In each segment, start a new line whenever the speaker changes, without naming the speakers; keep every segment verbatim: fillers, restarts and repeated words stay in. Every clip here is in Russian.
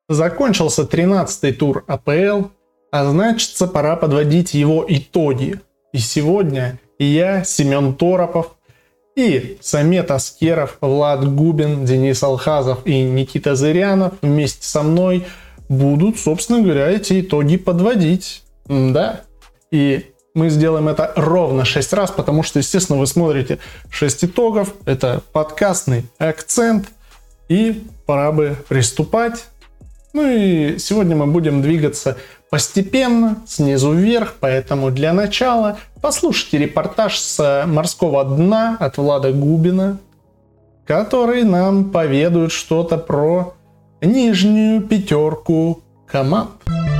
Закончился тринадцатый тур а пэ эл, а значит, пора подводить его итоги. И сегодня я, Семен Торопов, и Самет Аскеров, Влад Губин, Денис Алхазов и Никита Зырянов вместе со мной будут, собственно говоря, эти итоги подводить. Да. И мы сделаем это ровно шесть раз, потому что, естественно, вы смотрите шесть итогов. Это подкастный акцент. И пора бы приступать. Ну и сегодня мы будем двигаться постепенно, снизу вверх. Поэтому для начала послушайте репортаж с морского дна от Влада Губина, который нам поведает что-то про нижнюю пятерку команд.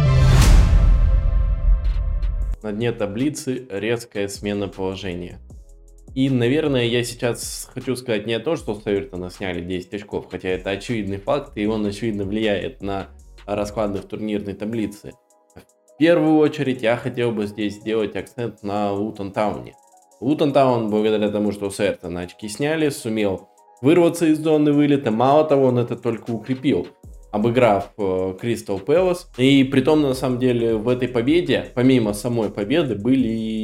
На дне таблицы резкая смена положения. И, наверное, я сейчас хочу сказать не то, что с Эвертона сняли десять очков, хотя это очевидный факт, и он, очевидно, влияет на расклады в турнирной таблице. В первую очередь я хотел бы здесь сделать акцент на Лутон Тауне. Лутон Таун, благодаря тому, что с Эвертона очки сняли, сумел вырваться из зоны вылета. Мало того, он это только укрепил, обыграв Кристал Пэлас. И притом, на самом деле, в этой победе, помимо самой победы, были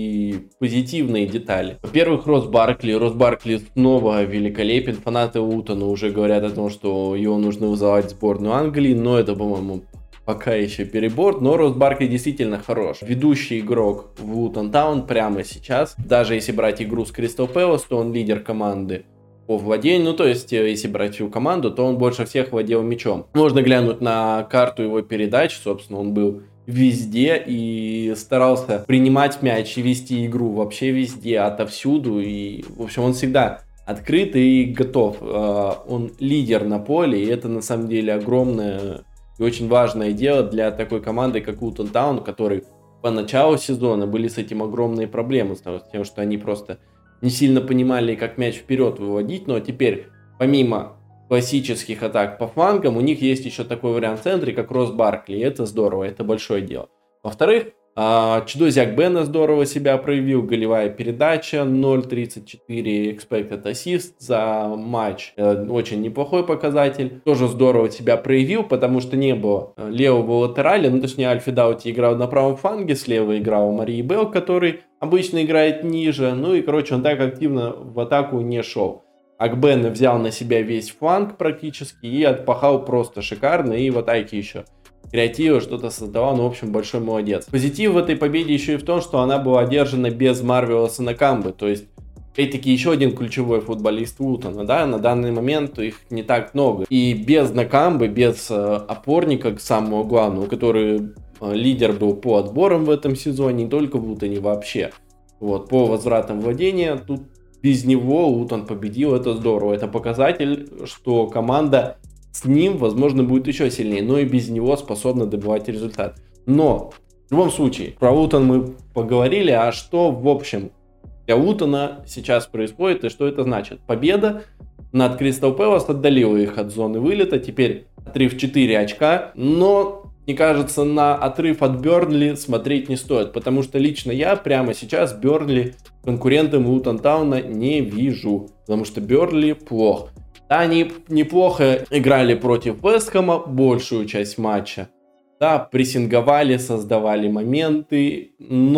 и позитивные детали. Во-первых, Росс Баркли. Росс Баркли снова великолепен. Фанаты Лутона уже говорят о том, что его нужно вызывать в сборную Англии, но это, по-моему, пока еще перебор. Но Росс Баркли действительно хорош. Ведущий игрок в Лутон Таун прямо сейчас. Даже если брать игру с Кристал Пэлас, то он лидер команды по владению, ну то есть, если брать всю команду, то он больше всех владел мячом. Можно глянуть на карту его передач, собственно, он был везде и старался принимать мяч и вести игру вообще везде, отовсюду, и, в общем, он всегда открыт и готов. Он лидер на поле, и это, на самом деле, огромное и очень важное дело для такой команды, как Лутон Таун, который по началу сезона были с этим огромные проблемы, с тем, что они просто не сильно понимали, как мяч вперед выводить, но теперь, помимо классических атак по флангам, у них есть еще такой вариант в центре, как Росс Баркли, и это здорово, это большое дело. Во-вторых, Чдозиак Бена здорово себя проявил, голевая передача, ноль целых тридцать четыре expected assist за матч, очень неплохой показатель, тоже здорово себя проявил, потому что не было левого латераля, ну точнее Альфи Даути играл на правом фланге, слева играл Марии Белл, который обычно играет ниже, ну и короче он так активно в атаку не шел. Акбен взял на себя весь фланг практически и отпахал просто шикарно, и в атаке еще креатива, что-то создавал, ну, в общем, большой молодец. Позитив в этой победе еще и в том, что она была одержана без Марвелоса Накамбы, то есть, опять-таки, еще один ключевой футболист Лутона, да, на данный момент их не так много. И без Накамбы, без э, опорника, самого главного, который э, лидер был по отборам в этом сезоне, не только в Лутоне вообще, вот, по возвратам владения, тут без него Лутон победил, это здорово, это показатель, что команда с ним, возможно, будет еще сильнее, но и без него способна добивать результат. Но, в любом случае, про Лутон мы поговорили, а что, в общем, для Лутона сейчас происходит и что это значит? Победа над Кристал Пэлас отдалила их от зоны вылета, теперь отрыв четыре очка, но, мне кажется, на отрыв от Бернли смотреть не стоит, потому что лично я прямо сейчас Бернли конкурентом Лутон Тауна не вижу, потому что Бернли плох. Да, они неплохо играли против Вест Хэма большую часть матча. Да, прессинговали, создавали моменты,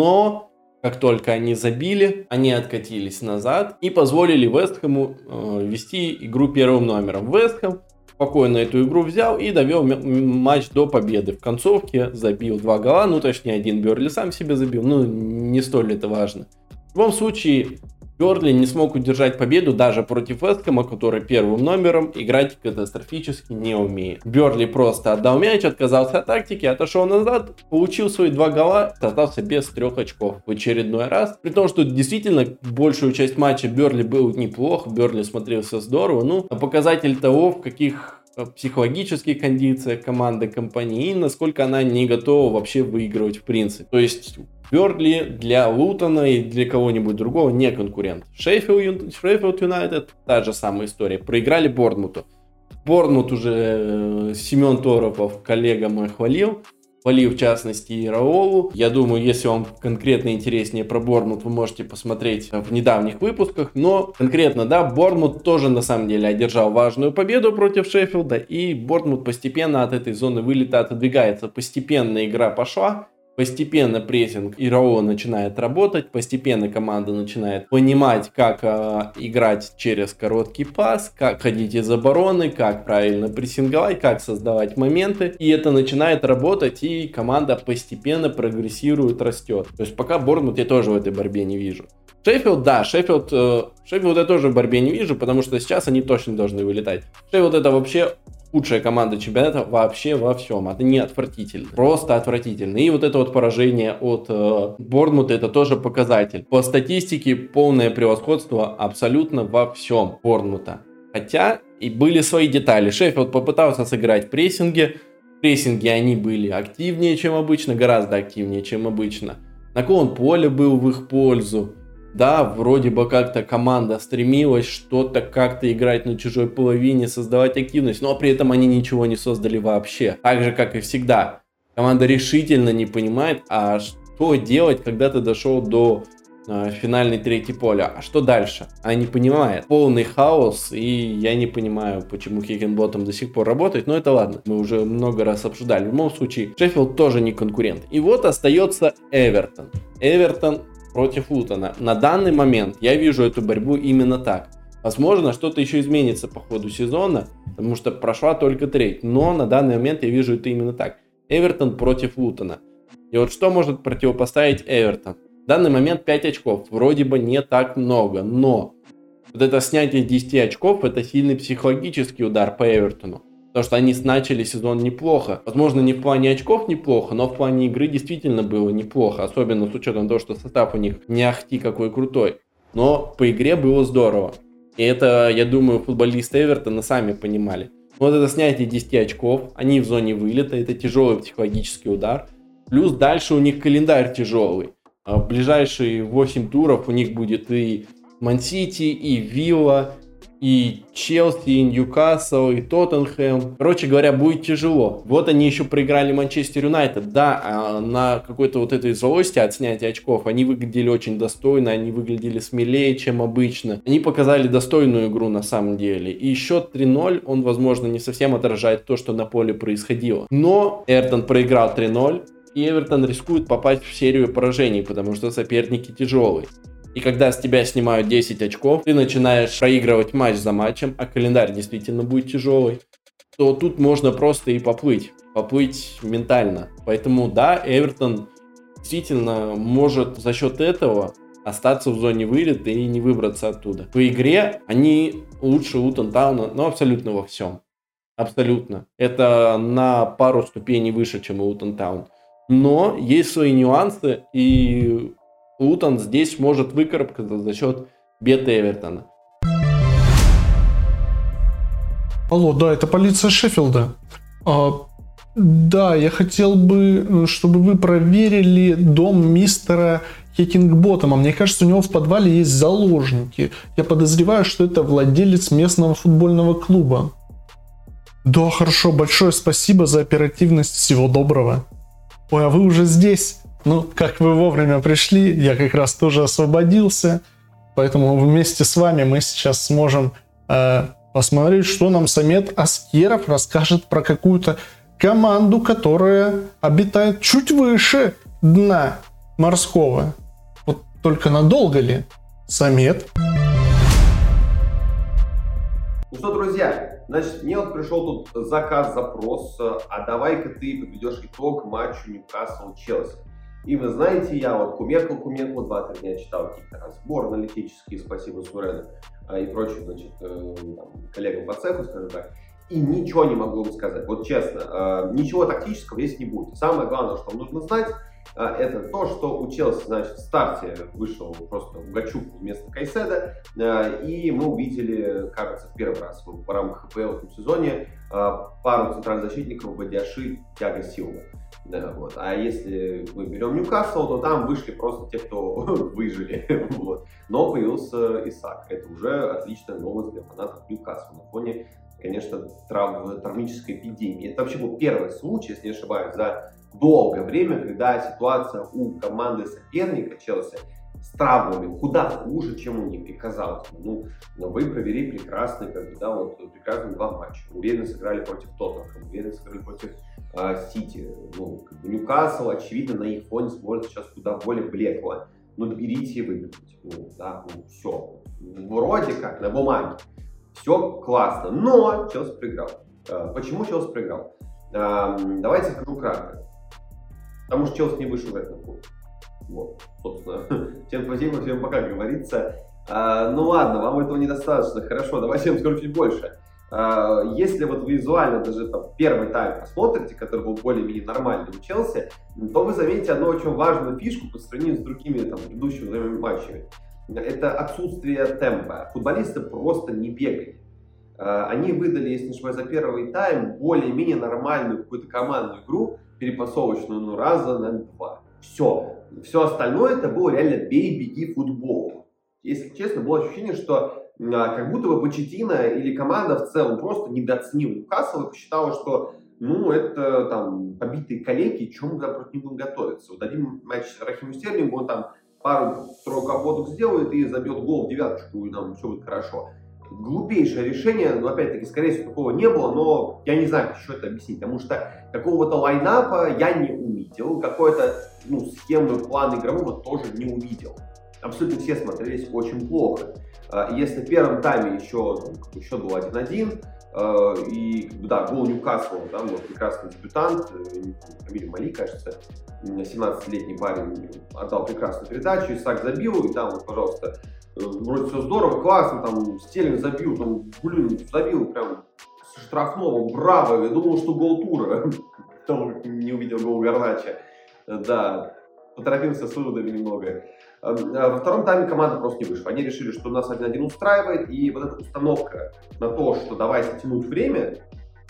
но как только они забили, они откатились назад и позволили Вест Хэму э, вести игру первым номером. Вест Хэм спокойно эту игру взял и довел м- матч до победы. В концовке забил два гола, ну точнее один Бернли сам себе забил, ну не столь это важно. В любом случае, Бернли не смог удержать победу даже против Вест Хэма, который первым номером играть катастрофически не умеет. Бернли просто отдал мяч, отказался от тактики, отошел назад, получил свои два гола, остался без трех очков в очередной раз. При том, что действительно большую часть матча Бернли был неплох, Бернли смотрелся здорово. Ну, показатель того, в каких психологических кондициях команды компании и насколько она не готова вообще выигрывать в принципе. То есть Бернли для Лутона и для кого-нибудь другого не конкурент. Шеффилд Юнайтед, та же самая история. Проиграли Борнмуту. Борнмут уже Семен Торопов, коллега мой, хвалил. Вали, в частности, и Раолу. Я думаю, если вам конкретно интереснее про Борнмут, вы можете посмотреть в недавних выпусках. Но конкретно, да, Борнмут тоже на самом деле одержал важную победу против Шеффилда. И Борнмут постепенно от этой зоны вылета отодвигается. Постепенно игра пошла. Постепенно прессинг Ираола начинает работать, постепенно команда начинает понимать, как э, играть через короткий пас, как ходить из обороны, как правильно прессинговать, как создавать моменты. И это начинает работать, и команда постепенно прогрессирует, растет. То есть пока Борнмут я тоже в этой борьбе не вижу. Шеффилд, да, Шеффилд, э, Шеффилд я тоже в борьбе не вижу, потому что сейчас они точно должны вылетать. Шеффилд это вообще... худшая команда чемпионата вообще во всем. Это не отвратительно. Просто отвратительно. И вот это вот поражение от э, Борнмута, это тоже показатель. По статистике полное превосходство абсолютно во всем Борнмута. Хотя и были свои детали. Шеффилд попытался сыграть в прессинге. В прессинге они были активнее, чем обычно. Гораздо активнее, чем обычно. Наклон поля был в их пользу. Да, вроде бы как-то команда стремилась что-то как-то играть на чужой половине, создавать активность, но при этом они ничего не создали вообще. Так же, как и всегда. Команда решительно не понимает, а что делать, когда ты дошел до э, финальной трети поля. А что дальше? Она не понимает. Полный хаос, и я не понимаю, почему Хиггинботом до сих пор работает, но это ладно. Мы уже много раз обсуждали. В любом случае, Шеффилд тоже не конкурент. И вот остается Эвертон. Эвертон против Лутона. На данный момент я вижу эту борьбу именно так. Возможно, что-то еще изменится по ходу сезона, потому что прошла только треть. Но на данный момент я вижу это именно так. Эвертон против Лутона. И вот что может противопоставить Эвертон? В данный момент пять очков. Вроде бы не так много, но вот это снятие десяти очков, это сильный психологический удар по Эвертону. Потому что они начали сезон неплохо. Возможно, не в плане очков неплохо, но в плане игры действительно было неплохо. Особенно с учетом того, что состав у них не ахти какой крутой. Но по игре было здорово. И это, я думаю, футболисты Эвертона сами понимали. Вот это снятие десяти очков, они в зоне вылета, это тяжелый психологический удар. Плюс дальше у них календарь тяжелый. В ближайшие восемь туров у них будет и Ман-Сити, и Вилла, и Челси, и Ньюкасл, и Тоттенхэм. Короче говоря, будет тяжело. Вот они еще проиграли Манчестер Юнайтед. Да, на какой-то вот этой злости от снятия очков они выглядели очень достойно, они выглядели смелее, чем обычно. Они показали достойную игру на самом деле. И счет три ноль, он, возможно, не совсем отражает то, что на поле происходило. Но Эвертон проиграл три ноль, и Эвертон рискует попасть в серию поражений, потому что соперники тяжелые. И когда с тебя снимают десять очков, ты начинаешь проигрывать матч за матчем, а календарь действительно будет тяжелый, то тут можно просто и поплыть. Поплыть ментально. Поэтому да, Эвертон действительно может за счет этого остаться в зоне вылета и не выбраться оттуда. По игре они лучше Лутон Тауна, но абсолютно во всем. Абсолютно. Это на пару ступеней выше, чем Лутон Таун. Но есть свои нюансы, и Лутон здесь может выкарабкаться за счет бед Эвертона.
Алло, да, это полиция Шеффилда. А, да, я хотел бы, чтобы вы проверили дом мистера Хекингботома. Мне кажется, у него в подвале есть заложники. Я подозреваю, что это владелец местного футбольного клуба. Да, хорошо, большое спасибо за оперативность. Всего доброго. Ой, а вы уже здесь? Ну, как вы вовремя пришли, я как раз тоже освободился. Поэтому вместе с вами мы сейчас сможем э, посмотреть, что нам Самет Аскеров расскажет про какую-то команду, которая обитает чуть выше дна морского. Вот только надолго ли? Самет?
Ну что, друзья, значит, мне вот пришел тут заказ, запрос, а давай-ка ты подведешь итог матчу Ньюкасл-Челси. И вы знаете, я вот кумекал, кумекал, два-три дня читал какие-то разборы аналитические, спасибо Сурену и прочим, значит, там, коллегам по цеху, скажем так, и ничего не могу вам сказать. Вот честно, ничего тактического здесь не будет. Самое главное, что нужно знать, это то, что у Челси, значит, в старте вышел просто Гачук вместо Кайседа, и мы увидели, кажется, в первый раз в рамках ХПЛ в этом сезоне пару центральных защитников Бадиаши, Тиаго Силва. Да, вот. А если мы берем Ньюкасл, то там вышли просто те, кто выжили. Вот. Но появился Исак. Это уже отличная новость для фанатов Ньюкасла на фоне, конечно, трав... травмической эпидемии. Это вообще был первый случай, если не ошибаюсь, за долгое время, когда ситуация у команды соперника Челси с травмами куда хуже, чем у них, и казалось бы, ну, вы провели прекрасные, как бы, да, вот, прекрасные два матча, уверенно сыграли против Тоттенхэма, уверенно сыграли против э, Сити, ну, как бы, Ньюкасл, очевидно, на их фоне смотрится сейчас куда более блекло, ну, берите и выиграйте, ну, да, ну, все, вроде как, на бумаге, все классно, но Челси проиграл. Э, почему Челси проиграл? Э, давайте скажу кратко, потому что Челси не вышел в этот клуб. Вот, собственно, всем спасибо, всем пока, говорится. А, ну ладно, вам этого недостаточно, хорошо, давайте я вам скажу чуть больше. А, если вот вы визуально даже там, первый тайм посмотрите, который был более-менее нормальный у Челси, то вы заметите одну очень важную фишку по сравнению с другими там, предыдущими матчами. Это отсутствие темпа. Футболисты просто не бегали. А, они выдали, если не ошибаюсь, за первый тайм более-менее нормальную какую-то командную игру, перепасовочную, ну, раза на два. Все. Все остальное это было реально бей-беги футбол. Если честно, было ощущение, что а, как будто бы Почеттино или команда в целом просто недооценила Ньюкасл и посчитала, что ну это там побитые коллеги, чем мы против них будем готовиться. Вот один матч Рахиму Стерлингу, он там пару-тройку обводок сделает и забьет гол в девяточку, и нам все будет хорошо. Глупейшее решение, но опять-таки, скорее всего, такого не было, но я не знаю, как еще это объяснить, потому что какого-то лайнапа я не увидел, какой-то, ну, схемы, план игрового тоже не увидел. Абсолютно все смотрелись очень плохо. Если в первом тайме еще, еще был один-один, и, да, гол Ньюкасла, да, вот прекрасный дебютант, фамилия Мали, кажется, семнадцатилетний парень отдал прекрасную передачу, Исак забил, и там, вот, пожалуйста, вроде все здорово, классно, там Стерлинг забил, там Гулин забил прям с штрафного, браво, я думал, что гол тура, потом не увидел гол Гарнача, да, поторопился с выводами немного. Во втором тайме команда просто не вышла, они решили, что нас один-один устраивает, и вот эта установка на то, что давайте тянуть время,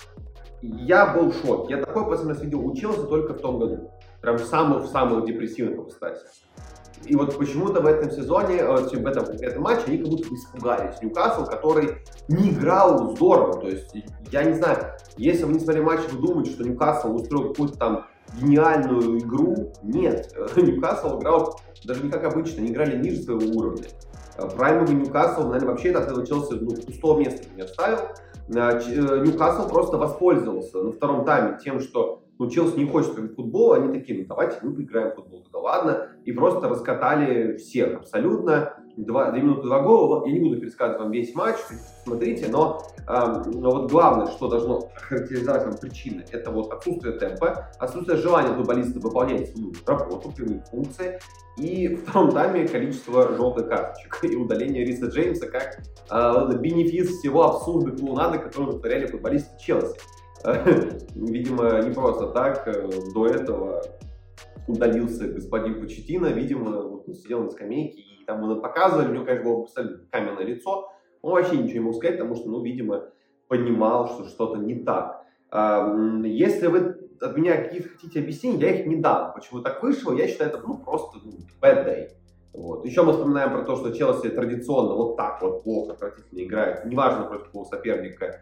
я был в шоке, я такой последний раз видел у Челси только в том году, прям в самых-самых депрессивных апостасиях. И вот почему-то в этом сезоне, в этом конкретном матче, они как будто бы испугались. Ньюкасл, который не играл здорово. То есть, я не знаю, если вы не смотрели матч, вы думаете, что Ньюкасл устроил какую-то там гениальную игру. Нет. Ньюкасл играл даже не как обычно, они играли ниже своего уровня. Праймовый Ньюкасл, наверное, вообще от этого Челси ну, пустого места не оставил. Ньюкасл просто воспользовался на втором тайме тем, что ну, Челси не хочет играть в футбол, они такие, ну давайте мы поиграем в футбол, тогда ладно, и просто раскатали всех абсолютно, два, две минуты, два гола, я не буду пересказывать вам весь матч, смотрите, но, э, но вот главное, что должно характеризовать вам причины, это вот отсутствие темпа, отсутствие желания футболиста выполнять свою работу, прямые функции, и в втором тайме количество желтых карточек и удаление Риса Джеймса как э, бенефис всего абсурда клоунады, который вытворяли футболисты Челси. Видимо, не просто так, до этого удалился господин Почеттино, видимо, вот он сидел на скамейке, и там его показывали, у него, конечно, было абсолютно каменное лицо, он вообще ничего не мог сказать, потому что, ну, видимо, понимал, что что-то не так. Если вы от меня какие-то хотите объяснения, я их не дам. Почему так вышло, я считаю, это, ну, просто ну, bad day. Вот. Еще мы вспоминаем про то, что Челси традиционно вот так вот плохо, отвратительно играет, неважно против какого соперника,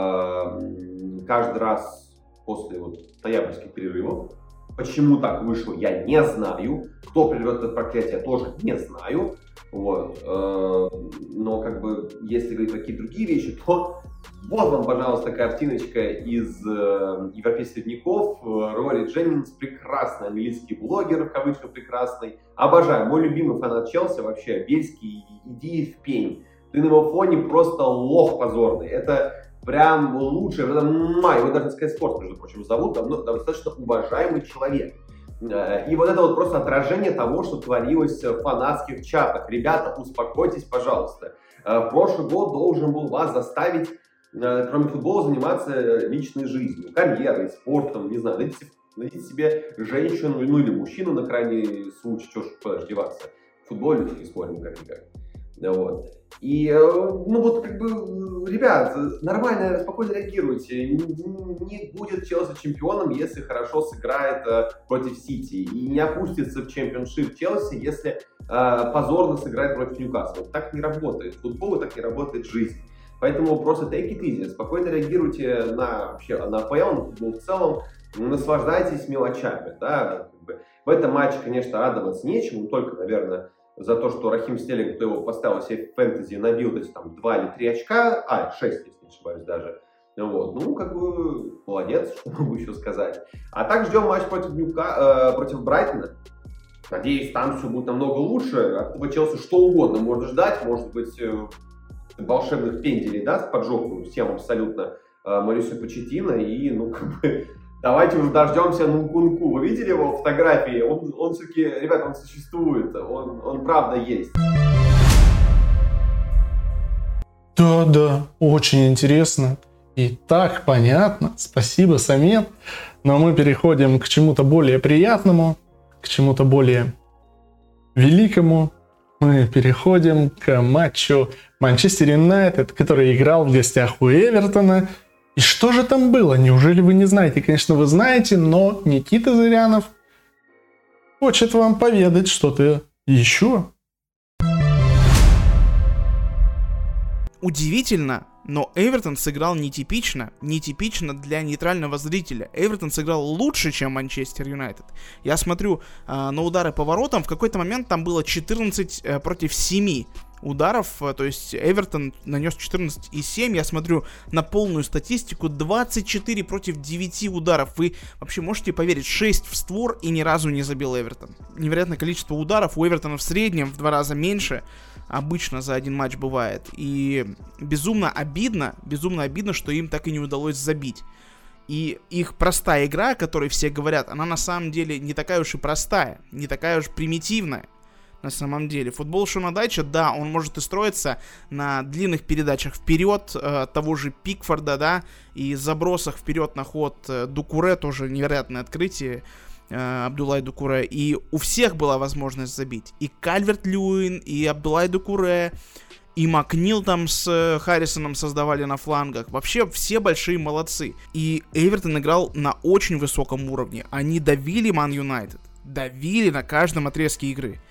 каждый раз после вот ноябрьских перерывов. Почему так вышло, я не знаю. Кто прервет это проклятие, я тоже не знаю. Вот. Но как бы, если говорить про какие-то другие вещи, то вот вам, пожалуйста, картиночка из европейских дневников. Рори Дженнингс, прекрасный английский блогер, в кавычках прекрасный. Обожаю, мой любимый фанат Челси вообще, Бельский, иди в пень. Ты на его фоне просто лох позорный. Это прям лучший, это, его даже сказать спорт, между прочим, зовут, давно, достаточно уважаемый человек. И вот это вот просто отражение того, что творилось в фанатских чатах. Ребята, успокойтесь, пожалуйста. В прошлый год должен был вас заставить, кроме футбола, заниматься личной жизнью, карьерой, спортом, не знаю, найдите, найдите себе женщину, ну или мужчину на крайний случай, что ж куда деваться. В футболе не спорим как-никак. Вот. И, ну вот, как бы, ребят, нормально, спокойно реагируйте. Не будет Челси чемпионом, если хорошо сыграет э, против Сити. И не опустится в чемпионшип Челси, если э, позорно сыграет против Ньюкасла. Так не работает футбол, и так не работает жизнь. Поэтому просто take it easy, спокойно реагируйте на, вообще, на АПЛ, на футбол в целом. наслаждайтесь мелочами, да, как бы. В этом матче, конечно, радоваться нечему, только, наверное, за то, что Рахим Стерлинг, кто его поставил себе в фэнтези, набил эти там два или три очка, а, шесть, если не ошибаюсь даже. Вот. Ну, как бы, молодец, что могу еще сказать. А так ждем матч против, Ньюка, э, против Брайтона. Надеюсь, там все будет намного лучше. От этого Челси что угодно можно ждать. Может быть, э, волшебных пенделей даст под жопу всем абсолютно э, Маурисио Почеттино. И, ну, как бы, давайте уже дождемся Нкунку. Вы видели его фотографии? Он, он все-таки, ребята, он существует. Он, он правда есть.
Да-да, очень интересно. И так понятно. Спасибо, Самет. Но мы переходим к чему-то более приятному, к чему-то более великому. Мы переходим к матчу Манчестер Юнайтед, который играл в гостях у Эвертона. И что же там было? Неужели вы не знаете? Конечно, вы знаете, но Никита Зырянов хочет вам поведать что-то еще.
Удивительно, но Эвертон сыграл нетипично, нетипично для нейтрального зрителя. Эвертон сыграл лучше, чем Манчестер Юнайтед. Я смотрю э, на удары по воротам, в какой-то момент там было четырнадцать э, против семи ударов, то есть Эвертон нанес четырнадцать и семь, я смотрю на полную статистику, двадцать четыре против девяти ударов. Вы вообще можете поверить, шесть в створ и ни разу не забил Эвертон. Невероятное количество ударов, у Эвертона в среднем в два раза меньше, обычно за один матч бывает. И безумно обидно, безумно обидно, что им так и не удалось забить. И их простая игра, о которой все говорят, она на самом деле не такая уж и простая, не такая уж примитивная. На самом деле, футбол Шона Дайча, да, он может и строиться на длинных передачах вперед, э, того же Пикфорда, да, и забросах вперед на ход э, Дукуре, тоже невероятное открытие, э, Абдуллай Дукуре, и у всех была возможность забить, и Кальверт-Льюин, и Абдуллай Дукуре, и Макнил там с э, Харрисоном создавали на флангах, вообще все большие молодцы, и Эвертон играл на очень высоком уровне, они давили Ман Юнайтед, давили на каждом отрезке игры.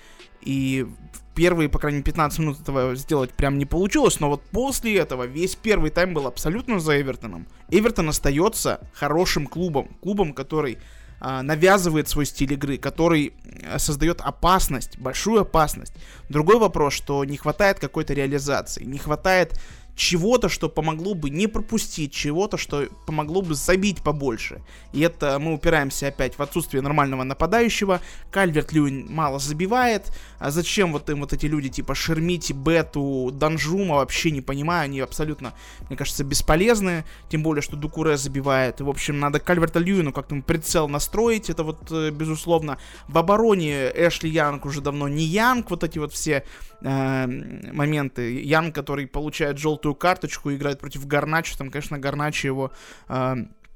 И первые, по крайней мере, пятнадцать минут этого сделать прям не получилось, но вот после этого весь первый тайм был абсолютно за Эвертоном. Эвертон остается хорошим клубом, клубом, который а, навязывает свой стиль игры, который а, создает опасность, большую опасность. Другой вопрос, что не хватает какой-то реализации, не хватает чего-то, что помогло бы не пропустить, чего-то, что помогло бы забить побольше. И это мы упираемся опять в отсутствие нормального нападающего. Кальверт-Льюин мало забивает. А зачем вот им вот эти люди типа Шермити, Бету, Данжума, вообще не понимаю. Они абсолютно, мне кажется, бесполезны. Тем более, что Дукуре забивает. И, в общем, надо Кальверта-Льюину как-то прицел настроить. Это вот, безусловно. В обороне Эшли Янг уже давно не Янг. Вот эти вот все э, моменты. Янг, который получает желтую карточку, играет против Гарначо, там, конечно, Гарначо его э,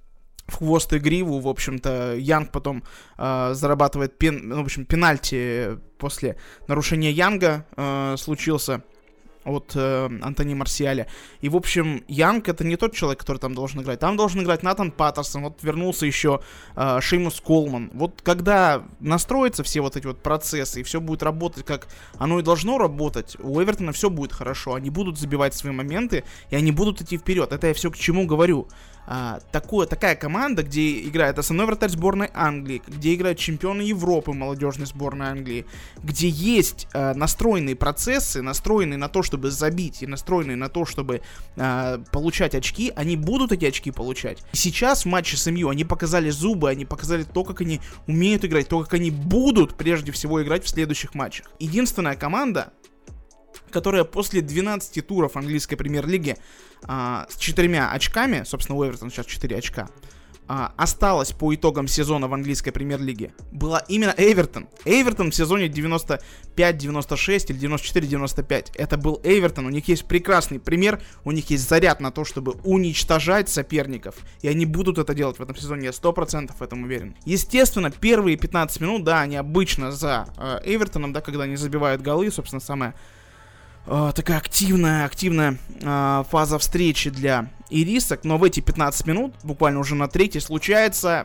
в хвост и гриву, в общем-то, Янг потом э, зарабатывает пен, ну, в общем, пенальти после нарушения Янга э, случился от э, Антони Марсиаля. И, в общем, Янг — это не тот человек, который там должен играть. Там должен играть Натан Паттерсон. Вот вернулся еще э, Шеймус Колман. Вот когда настроятся все вот эти вот процессы, и все будет работать, как оно и должно работать, у Эвертона все будет хорошо. Они будут забивать свои моменты, и они будут идти вперед. Это я все к чему говорю. А, такое, такая команда, где играет основной вратарь сборной Англии, где играют чемпионы Европы молодежной сборной Англии, где есть а, настроенные процессы, настроенные на то, чтобы забить, и настроенные на то, чтобы а, получать очки, они будут эти очки получать. И сейчас в матче с МЮ они показали зубы, они показали то, как они умеют играть, то, как они будут прежде всего играть в следующих матчах. Единственная команда, которая после двенадцати туров английской премьер-лиги а, с четырьмя очками, собственно, у Эвертона сейчас четыре очка, а, осталась по итогам сезона в английской премьер-лиге, была именно Эвертон. Эвертон в сезоне девяносто пять девяносто шесть или девяносто четыре девяносто пять. Это был Эвертон. У них есть прекрасный пример, у них есть заряд на то, чтобы уничтожать соперников. И они будут это делать в этом сезоне, я сто процентов в этом уверен. Естественно, первые пятнадцать минут, да, они обычно за э, Эвертоном, да, когда они забивают голы, собственно, самая Uh, такая активная, активная uh, фаза встречи для ирисок, но в эти пятнадцать минут, буквально уже на третьей, случается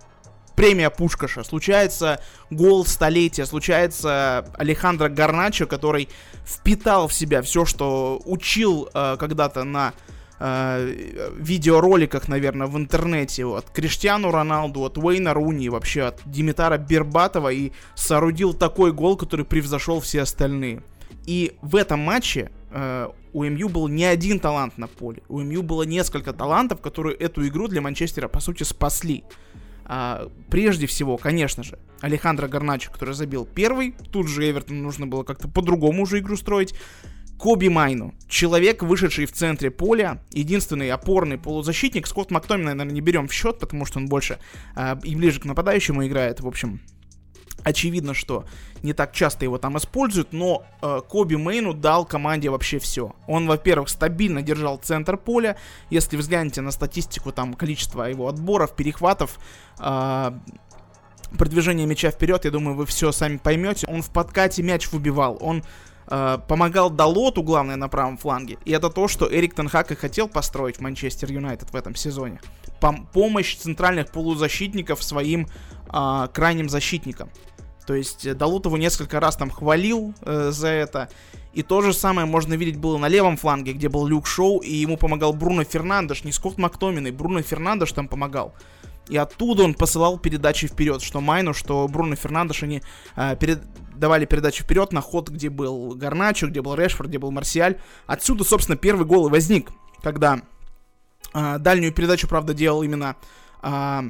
премия Пушкаша, случается гол столетия, случается Алехандро Гарначо, который впитал в себя все, что учил uh, когда-то на э, видеороликах, наверное, в интернете от Криштиану Роналду, от Уэйна Руни, вообще от Димитара Бербатова и соорудил такой гол, который превзошел все остальные. И в этом матче э, у МЮ был не один талант на поле. У МЮ было несколько талантов, которые эту игру для Манчестера, по сути, спасли. А, прежде всего, конечно же, Алехандро Гарначо, который забил первый. Тут же Эвертону нужно было как-то по-другому уже игру строить. Коби Майну, человек, вышедший в центре поля, единственный опорный полузащитник. Скотт Мактоминай, наверное, не берем в счет, потому что он больше а, и ближе к нападающему играет. В общем, очевидно, что не так часто его там используют, но э, Коби Майну дал команде вообще все. Он, во-первых, стабильно держал центр поля. Если взглянете на статистику, там количество его отборов, перехватов, э, продвижение мяча вперед, я думаю, вы все сами поймете. Он в подкате мяч выбивал, он э, помогал Далоту, главное, на правом фланге. И это то, что Эрик тен Хаг и хотел построить в Манчестер Юнайтед в этом сезоне. Пом- помощь центральных полузащитников своим э, крайним защитникам. То есть Далот его несколько раз там хвалил э, за это. И то же самое можно видеть было на левом фланге, где был Люк Шоу, и ему помогал Бруно Фернандеш, не Скотт Мактоминай, Бруно Фернандеш там помогал. И оттуда он посылал передачи вперед, что Майну, что Бруно Фернандеш, они э, перед... давали передачи вперед на ход, где был Гарначо, где был Решфорд, где был Марсиаль. Отсюда, собственно, первый гол и возник, когда э, дальнюю передачу, правда, делал именно Э,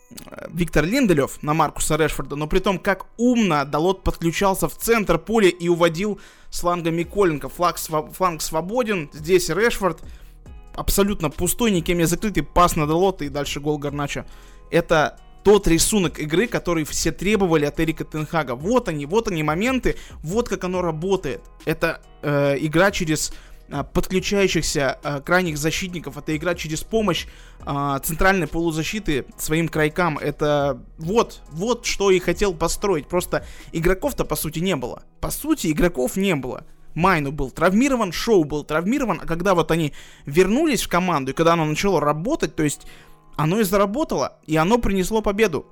Виктор Линделев на Маркуса Решфорда, но при том, как умно Далот подключался в центр поля и уводил с фланга Миколенко. Фланг, св- фланг свободен, здесь Решфорд абсолютно пустой, никем не закрытый, пас на Далота и дальше гол Гарначо. Это тот рисунок игры, который все требовали от Эрика тен Хага. Вот они, вот они моменты, вот как оно работает. Это э, игра через подключающихся э, крайних защитников, это игра через помощь э, центральной полузащиты своим крайкам. Это вот, вот что и хотел построить. Просто игроков-то по сути не было. По сути игроков не было. Майну был травмирован, Шоу был травмирован, а когда вот они вернулись в команду, и когда оно начало работать, то есть оно и заработало, и оно принесло победу.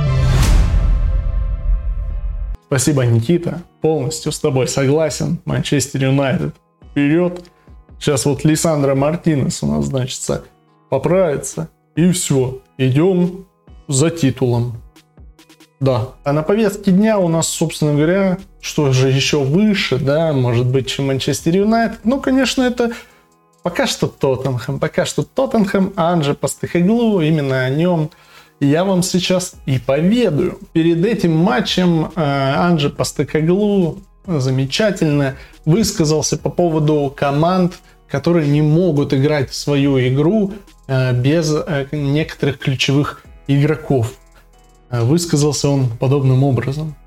Спасибо, Никита. Полностью с тобой согласен. Манчестер Юнайтед вперед. Сейчас вот Лисандро Мартинес у нас, значит, поправится. И все. Идем за титулом. Да. А на повестке дня у нас, собственно говоря, что же еще выше, да, может быть, чем Манчестер Юнайтед. Ну, конечно, это пока что Тоттенхэм. Пока что Тоттенхэм, Анже Постекоглу, именно о нем я вам сейчас и поведаю. Перед этим матчем э, Анже Постекоглу замечательно высказался по поводу команд, которые не могут играть в свою игру э, без э, некоторых ключевых игроков. Э, высказался он подобным образом.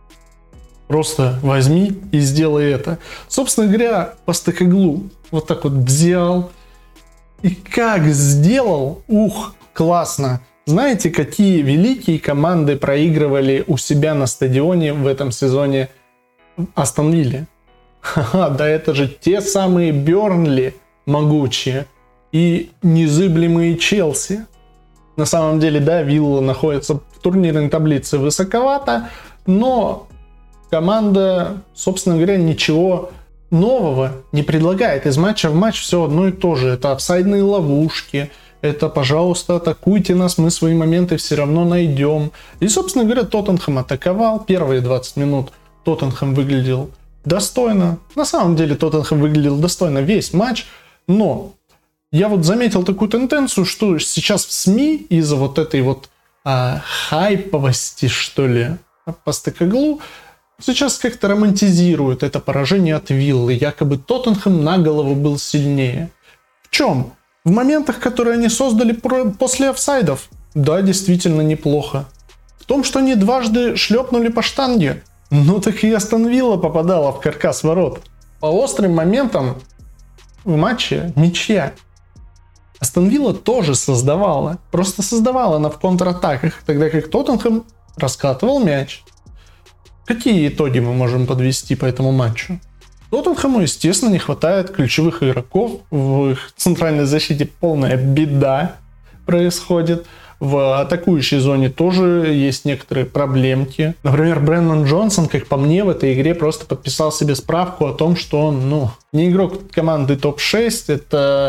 Просто возьми и сделай это. Собственно говоря, Постекоглу вот так вот взял и как сделал, ух, классно. Знаете, какие великие команды проигрывали у себя на стадионе в этом сезоне Астон Вилле? Ха-ха, да это же те самые Бернли могучие и незыблемые Челси. На самом деле, да, Вилла находится в турнирной таблице высоковато, но команда, собственно говоря, ничего нового не предлагает. Из матча в матч все одно и то же. Это офсайдные ловушки, это, пожалуйста, атакуйте нас, мы свои моменты все равно найдем. И, собственно говоря, Тоттенхэм атаковал. Первые двадцать минут Тоттенхэм выглядел достойно. На самом деле Тоттенхэм выглядел достойно весь матч, но я вот заметил такую тенденцию, что сейчас в СМИ из-за вот этой вот а, хайповости, что ли, Постекоглу, сейчас как-то романтизируют это поражение от Виллы. Якобы Тоттенхэм на голову был сильнее. В чем? В моментах, которые они создали после офсайдов, да, действительно неплохо. В том, что они дважды шлепнули по штанге, ну так и Астон Вилла попадала в каркас ворот. По острым моментам в матче ничья. Астон Вилла тоже создавала. Просто создавала она в контратаках, тогда как Тоттенхэм раскатывал мяч. Какие итоги мы можем подвести по этому матчу? Тоттенхэму, естественно, не хватает ключевых игроков. В их центральной защите полная беда происходит. В атакующей зоне тоже есть некоторые проблемки. Например, Брэндон Джонсон, как по мне, в этой игре просто подписал себе справку о том, что он, ну, не игрок команды топ шесть, это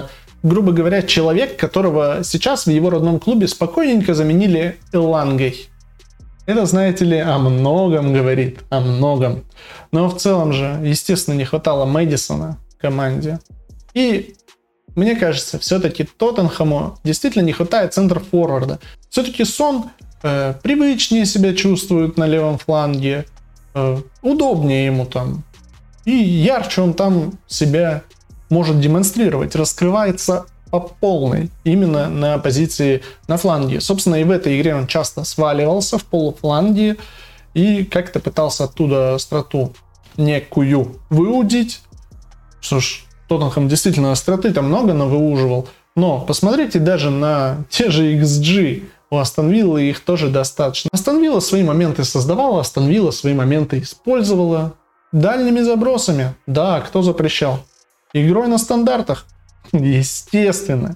грубо говоря, человек, которого сейчас в его родном клубе спокойненько заменили Элангой. Это, знаете ли, о многом говорит, о многом. Но в целом же, естественно, не хватало Мэдисона команде. И мне кажется, все-таки Тоттенхэму действительно не хватает центр-форварда. Все-таки Сон э, привычнее себя чувствует на левом фланге, э, удобнее ему там. И ярче он там себя может демонстрировать, раскрывается по полной, именно на позиции на фланге. Собственно, и в этой игре он часто сваливался в полуфланге и как-то пытался оттуда остроту некую выудить. Что ж, Тоттенхэм действительно остроты там много навыуживал. Но посмотрите даже на те же икс джи. У Астон Виллы их тоже достаточно. Астон Вилла свои моменты создавала, Астон Вилла свои моменты использовала. Дальними забросами. Да, кто запрещал? Игрой на стандартах. Естественно.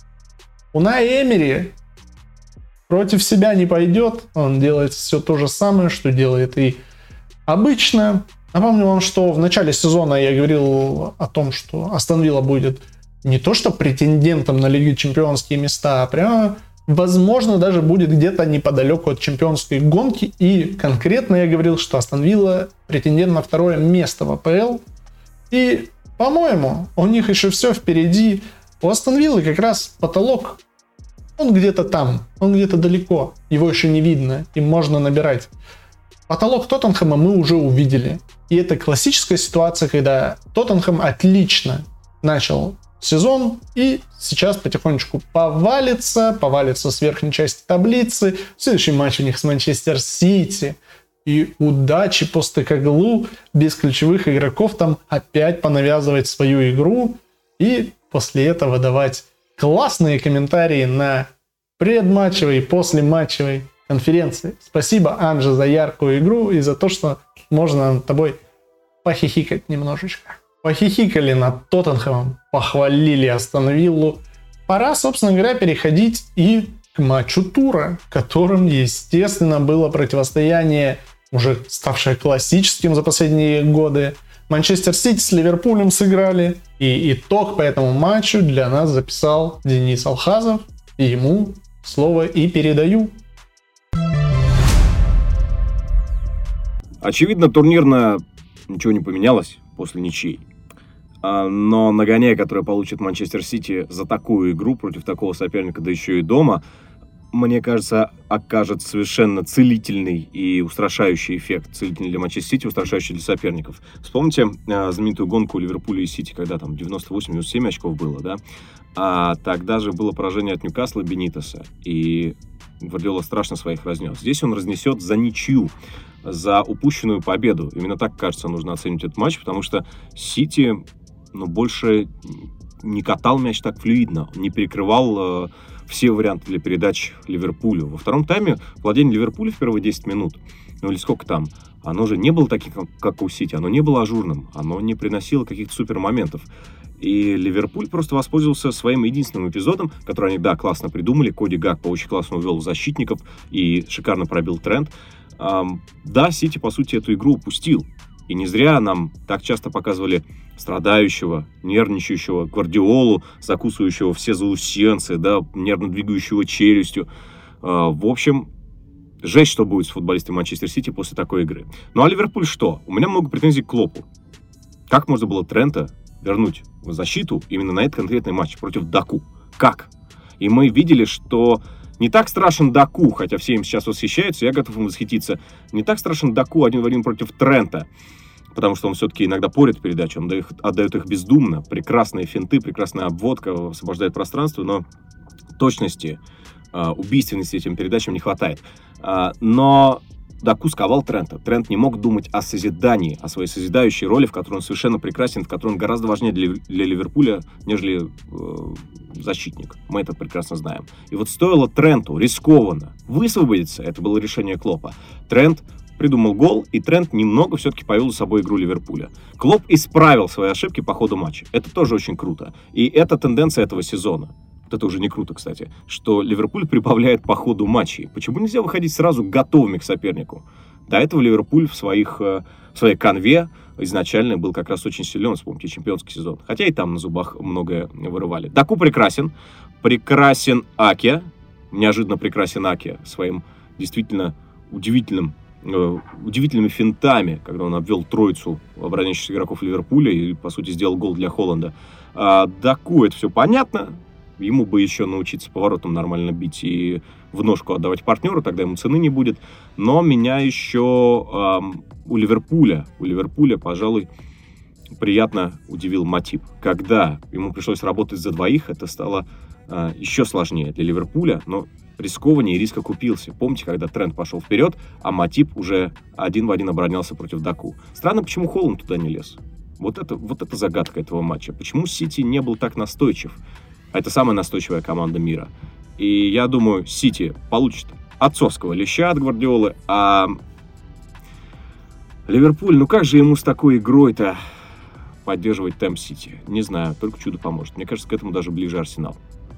Унай Эмери против себя не пойдет. Он делает все то же самое, что делает и обычно. Напомню вам, что в начале сезона я говорил о том, что Астон Вилла будет не то что претендентом на Лигу Чемпионские места, а прямо, возможно, даже будет где-то неподалеку от чемпионской гонки. И конкретно я говорил, что Астон Вилла претендент на второе место в АПЛ. И, по-моему, у них еще все впереди. У Астон Виллы как раз потолок, он где-то там, он где-то далеко. Его еще не видно, им можно набирать. Потолок Тоттенхэма мы уже увидели. И это классическая ситуация, когда Тоттенхэм отлично начал сезон и сейчас потихонечку повалится, повалится с верхней части таблицы. Следующий матч у них с Манчестер Сити. И удачи Постекоглу без ключевых игроков там опять понавязывать свою игру. И после этого давать классные комментарии на предматчевой и послематчевой конференции. Спасибо, Анже, за яркую игру и за то, что можно над тобой похихикать немножечко. Похихикали над Тоттенхэмом, похвалили Астон Виллу. Пора, собственно говоря, переходить и к матчу тура, которым, естественно, было противостояние, уже ставшее классическим за последние годы. Манчестер Сити с Ливерпулем сыграли. И итог по этому матчу для нас записал Денис Алхазов. И ему слово и передаю.
Очевидно, турнирно ничего не поменялось после ничьей. Но нагоняя, которое получит Манчестер Сити за такую игру против такого соперника, да еще и дома, мне кажется, окажет совершенно целительный и устрашающий эффект. Целительный для Манчестер Сити, устрашающий для соперников. Вспомните э, знаменитую гонку Ливерпуля и Сити, когда там девяносто восемь девяносто семь очков было, да? А тогда же было поражение от Ньюкасла Бенитеса, и Гвардиола страшно своих разнес. Здесь он разнесет за ничью, за упущенную победу. Именно так, кажется, нужно оценить этот матч, потому что Сити, ну, больше не катал мяч так флюидно, не перекрывал э, все варианты для передач Ливерпулю. Во втором тайме владение Ливерпуля в первые десять минут, ну или сколько там, оно же не было таким, как, как у Сити, оно не было ажурным, оно не приносило каких-то супер моментов. И Ливерпуль просто воспользовался своим единственным эпизодом, который они, да, классно придумали. Коди Гакпо очень классно увел защитников и шикарно пробил тренд. Эм, да, Сити, по сути, эту игру упустил. И не зря нам так часто показывали страдающего, нервничающего Гвардиолу, закусывающего все заусенцы, да, нервно двигающего челюстью. Э, в общем, жесть, что будет с футболистами Манчестер Сити после такой игры. Ну а Ливерпуль что? У меня много претензий к Клопу. Как можно было Трента вернуть в защиту именно на этот конкретный матч против Доку? Как? И мы видели, что не так страшен Доку, хотя все им сейчас восхищаются, я готов им восхититься. Не так страшен Доку один в один против Трента, потому что он все-таки иногда порит передачи, он отдает их бездумно. Прекрасные финты, прекрасная обводка, освобождает пространство, но точности, убийственности этим передачам не хватает. Но Доку сковал Трента. Трент не мог думать о созидании, о своей созидающей роли, в которой он совершенно прекрасен, в которой он гораздо важнее для, для Ливерпуля, нежели э, защитник. Мы это прекрасно знаем. И вот стоило Тренту рискованно высвободиться, это было решение Клопа. Трент придумал гол, и Трент немного все-таки повел за собой игру Ливерпуля. Клоп исправил свои ошибки по ходу матча. Это тоже очень круто. И это тенденция этого сезона. Вот это уже не круто, кстати, что Ливерпуль прибавляет по ходу матчей. Почему нельзя выходить сразу готовыми к сопернику? До этого Ливерпуль в, своих, в своей канве изначально был как раз очень силен, вспомните чемпионский сезон. Хотя и там на зубах многое вырывали. Даку прекрасен. Прекрасен Аке. Неожиданно прекрасен Аке своим действительно удивительным, э, удивительными финтами, когда он обвел троицу обороняющихся игроков Ливерпуля и, по сути, сделал гол для Холланда. А Даку это все понятно. Ему бы еще научиться поворотом нормально бить и в ножку отдавать партнеру, тогда ему цены не будет. Но меня еще эм, у Ливерпуля, у Ливерпуля, пожалуй, приятно удивил Матип. Когда ему пришлось работать за двоих, это стало э, еще сложнее для Ливерпуля, но рискованнее и риск окупился. Помните, когда Трент пошел вперед, а Матип уже один в один оборонялся против Даку. Странно, почему Холланд туда не лез. Вот это, вот это загадка этого матча. Почему Сити не был так настойчив? А это самая настойчивая команда мира. И я думаю, Сити получит отцовского леща от Гвардиолы, а Ливерпуль, ну как же ему с такой игрой-то поддерживать темп Сити? Не знаю, только чудо поможет. Мне кажется, к этому даже ближе Арсенал.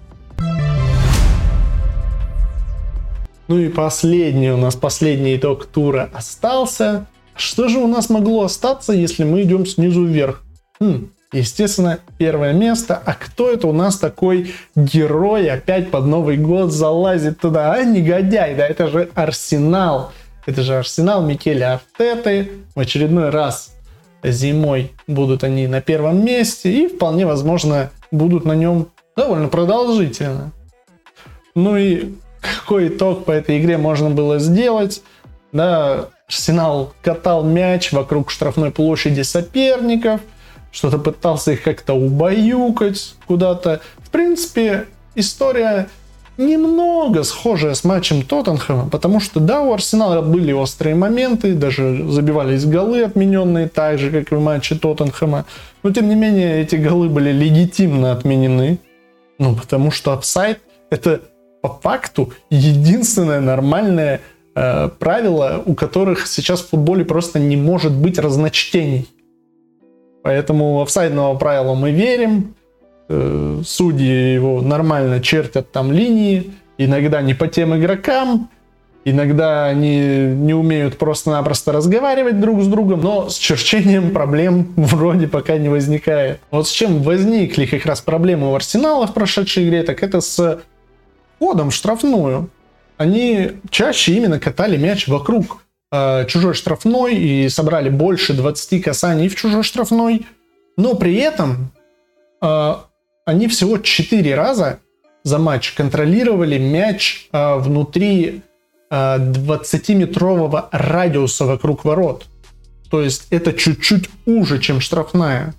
Ну и последний у нас, последний итог тура остался. Что же у нас могло остаться, если мы идем снизу вверх? Хм, естественно, первое место. А кто это у нас такой герой опять под Новый год залазит туда? А, негодяй, да это же Арсенал. Это же Арсенал Микеля Артеты. В очередной раз зимой будут они на первом месте. И вполне возможно будут на нем довольно продолжительно. Ну и какой итог по этой игре можно было сделать? Да, Арсенал катал мяч вокруг штрафной площади соперников, что-то пытался их как-то убаюкать куда-то. В принципе, история немного схожая с матчем Тоттенхэма, потому что, да, у Арсенала были острые моменты, даже забивались голы отмененные так же, как и в матче Тоттенхэма, но, тем не менее, эти голы были легитимно отменены, ну, потому что офсайд — это по факту единственное нормальное э, правило, у которых сейчас в футболе просто не может быть разночтений. Поэтому офсайдного правила мы верим. Э, судьи его нормально чертят там линии. Иногда не по тем игрокам. Иногда они не умеют просто-напросто разговаривать друг с другом. Но с черчением проблем вроде пока не возникает. Вот с чем возникли как раз проблемы у Арсенала в прошедшей игре, так это с ходом в штрафную. Они чаще именно катали мяч вокруг э, чужой штрафной и собрали больше двадцати касаний в чужой штрафной. Но при этом э, они всего четыре раза за матч контролировали мяч э, внутри э, двадцатиметрового радиуса вокруг ворот. То есть это чуть-чуть уже, чем штрафная.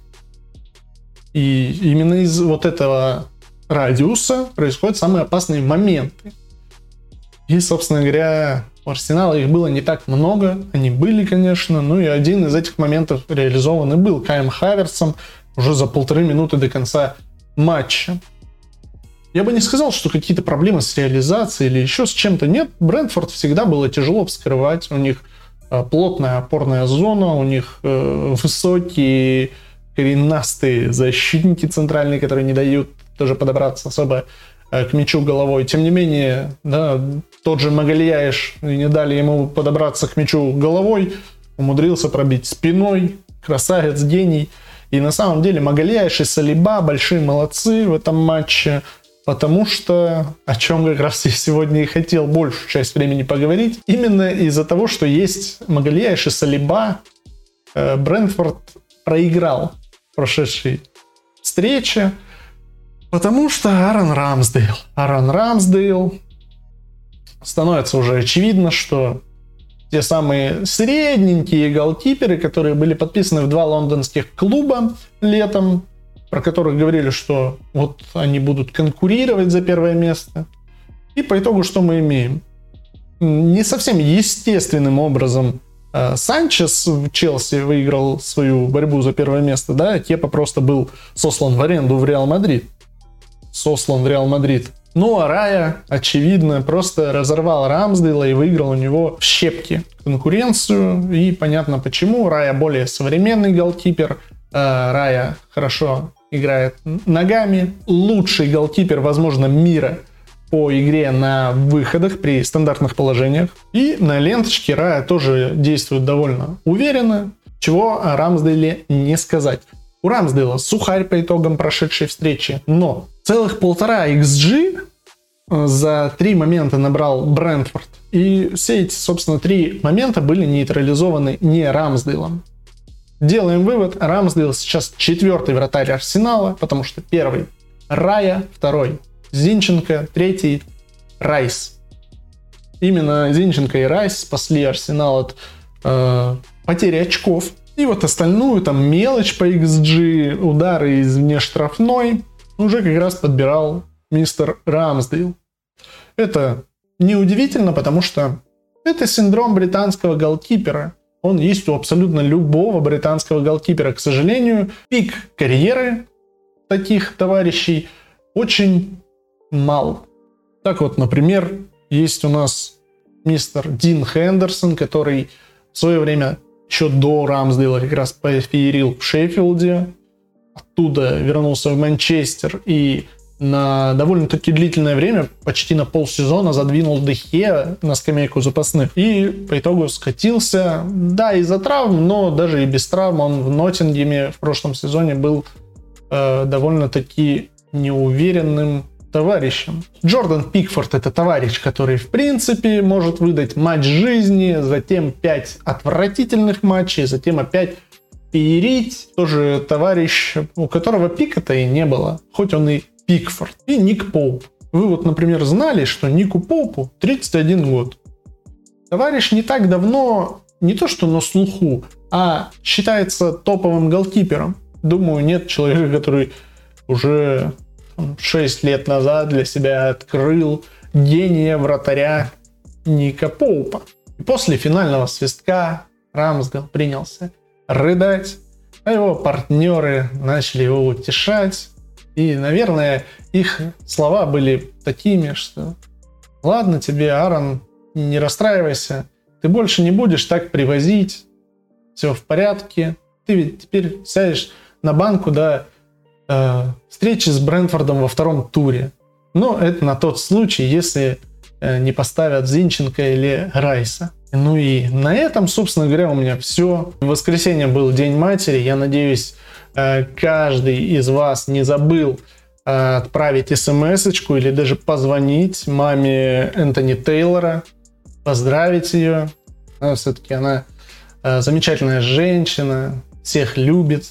И именно из вот этого радиуса происходят самые опасные моменты. И, собственно говоря, у Арсенала их было не так много. Они были, конечно, ну и один из этих моментов реализован и был Каем Хаверсом уже за полторы минуты до конца матча. Я бы не сказал, что какие-то проблемы с реализацией или еще с чем-то. Нет, Брентфорд всегда было тяжело вскрывать. У них э, плотная опорная зона, у них э, высокие коренастые защитники центральные, которые не дают тоже подобраться особо э, к мячу головой. Тем не менее, да, тот же Магальяеш, не дали ему подобраться к мячу головой, умудрился пробить спиной. Красавец, гений. И на самом деле Магальяеш и Салиба большие молодцы в этом матче, потому что, о чем как раз я сегодня и хотел большую часть времени поговорить, именно из-за того, что есть Магальяеш и Салиба, э, Брентфорд проиграл в прошедшей встрече. Потому что Аарон Рамсдейл. Аарон Рамсдейл. Становится уже очевидно, что те самые средненькие голкиперы, которые были подписаны в два лондонских клуба летом, про которых говорили, что вот они будут конкурировать за первое место. И по итогу что мы имеем? Не совсем естественным образом э, Санчес в Челси выиграл свою борьбу за первое место, да, Кепа просто был сослан в аренду в Реал Мадрид. Сослан в Реал Мадрид. Ну а Рая, очевидно, просто разорвал Рамсдейла и выиграл у него в щепки конкуренцию. И понятно почему. Рая более современный голкипер. Рая хорошо играет ногами. Лучший голкипер, возможно, мира по игре на выходах при стандартных положениях. И на ленточке Рая тоже действует довольно уверенно. Чего о Рамсдейле не сказать. У Рамсдейла сухарь по итогам прошедшей встречи, но целых полтора икс джи за три момента набрал Брентфорд. И все эти, собственно, три момента были нейтрализованы не Рамсдейлом. Делаем вывод, Рамсдейл сейчас четвертый вратарь Арсенала, потому что первый Рая, второй Зинченко, третий Райс. Именно Зинченко и Райс спасли Арсенал от э, потери очков. И вот остальную, там мелочь по икс джи, удары из внештрафной уже как раз подбирал мистер Рамсдейл. Это неудивительно, потому что это синдром британского голкипера. Он есть у абсолютно любого британского голкипера. К сожалению, пик карьеры таких товарищей очень мал. Так вот, например, есть у нас мистер Дин Хендерсон, который в свое время еще до Рамсдейла как раз пофеерил в Шеффилде. Оттуда вернулся в Манчестер и на довольно-таки длительное время, почти на полсезона, задвинул Де Хеа на скамейку запасных. И по итогу скатился, да, из-за травм, но даже и без травм он в Ноттингеме в прошлом сезоне был э, довольно-таки неуверенным товарищем. Джордан Пикфорд — это товарищ, который в принципе может выдать матч жизни, затем пять отвратительных матчей, затем опять феерить. Тоже товарищ, у которого пика-то и не было, хоть он и Пикфорд. И Ник Поуп. Вы вот, например, знали, что Нику Поупу тридцать один год. Товарищ не так давно, не то что на слуху, а считается топовым голкипером. Думаю, нет человека, который уже шесть лет назад для себя открыл гения вратаря Ника Поупа. И после финального свистка Рамсдейл принялся рыдать, а его партнеры начали его утешать. И, наверное, их слова были такими, что ладно тебе, Аарон, не расстраивайся, ты больше не будешь так привозить, все в порядке, ты ведь теперь сядешь на банку до э, встречи с Брентфордом во втором туре. Но это на тот случай, если э, не поставят Зинченко или Райса. Ну и на этом, собственно говоря, у меня все. В воскресенье был День матери. Я надеюсь, каждый из вас не забыл отправить смс-очку или даже позвонить маме Энтони Тейлора, поздравить ее. Все-таки она замечательная женщина, всех любит.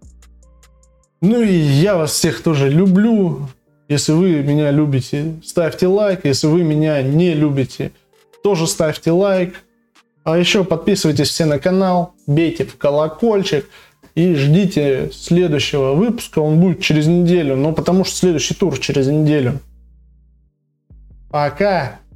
Ну и я вас всех тоже люблю. Если вы меня любите, ставьте лайк. Если вы меня не любите, тоже ставьте лайк. А еще подписывайтесь все на канал, бейте в колокольчик и ждите следующего выпуска. Он будет через неделю, ну потому что следующий тур через неделю. Пока!